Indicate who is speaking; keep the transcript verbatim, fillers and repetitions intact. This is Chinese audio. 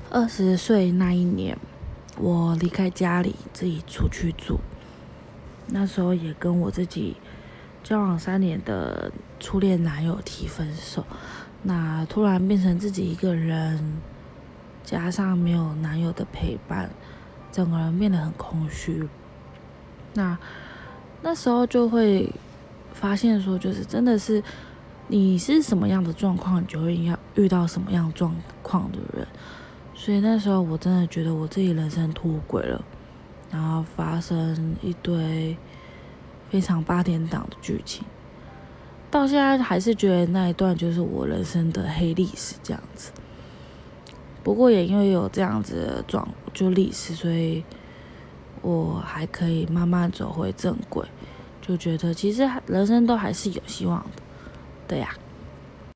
Speaker 1: 二十岁那一年，我离开家里自己出去住，那时候也跟我自己交往三年的初恋男友提分手，那突然变成自己一个人，加上没有男友的陪伴，整个人变得很空虚。那那时候就会发现说，就是真的是你是什么样的状况，你就会要遇到什么样状况的人。所以那时候我真的觉得我自己人生脱轨了，然后发生一堆非常八点档的剧情，到现在还是觉得那一段就是我人生的黑历史这样子。不过也因为有这样子的状就历史，所以我还可以慢慢走回正轨，就觉得其实人生都还是有希望的，对呀、啊。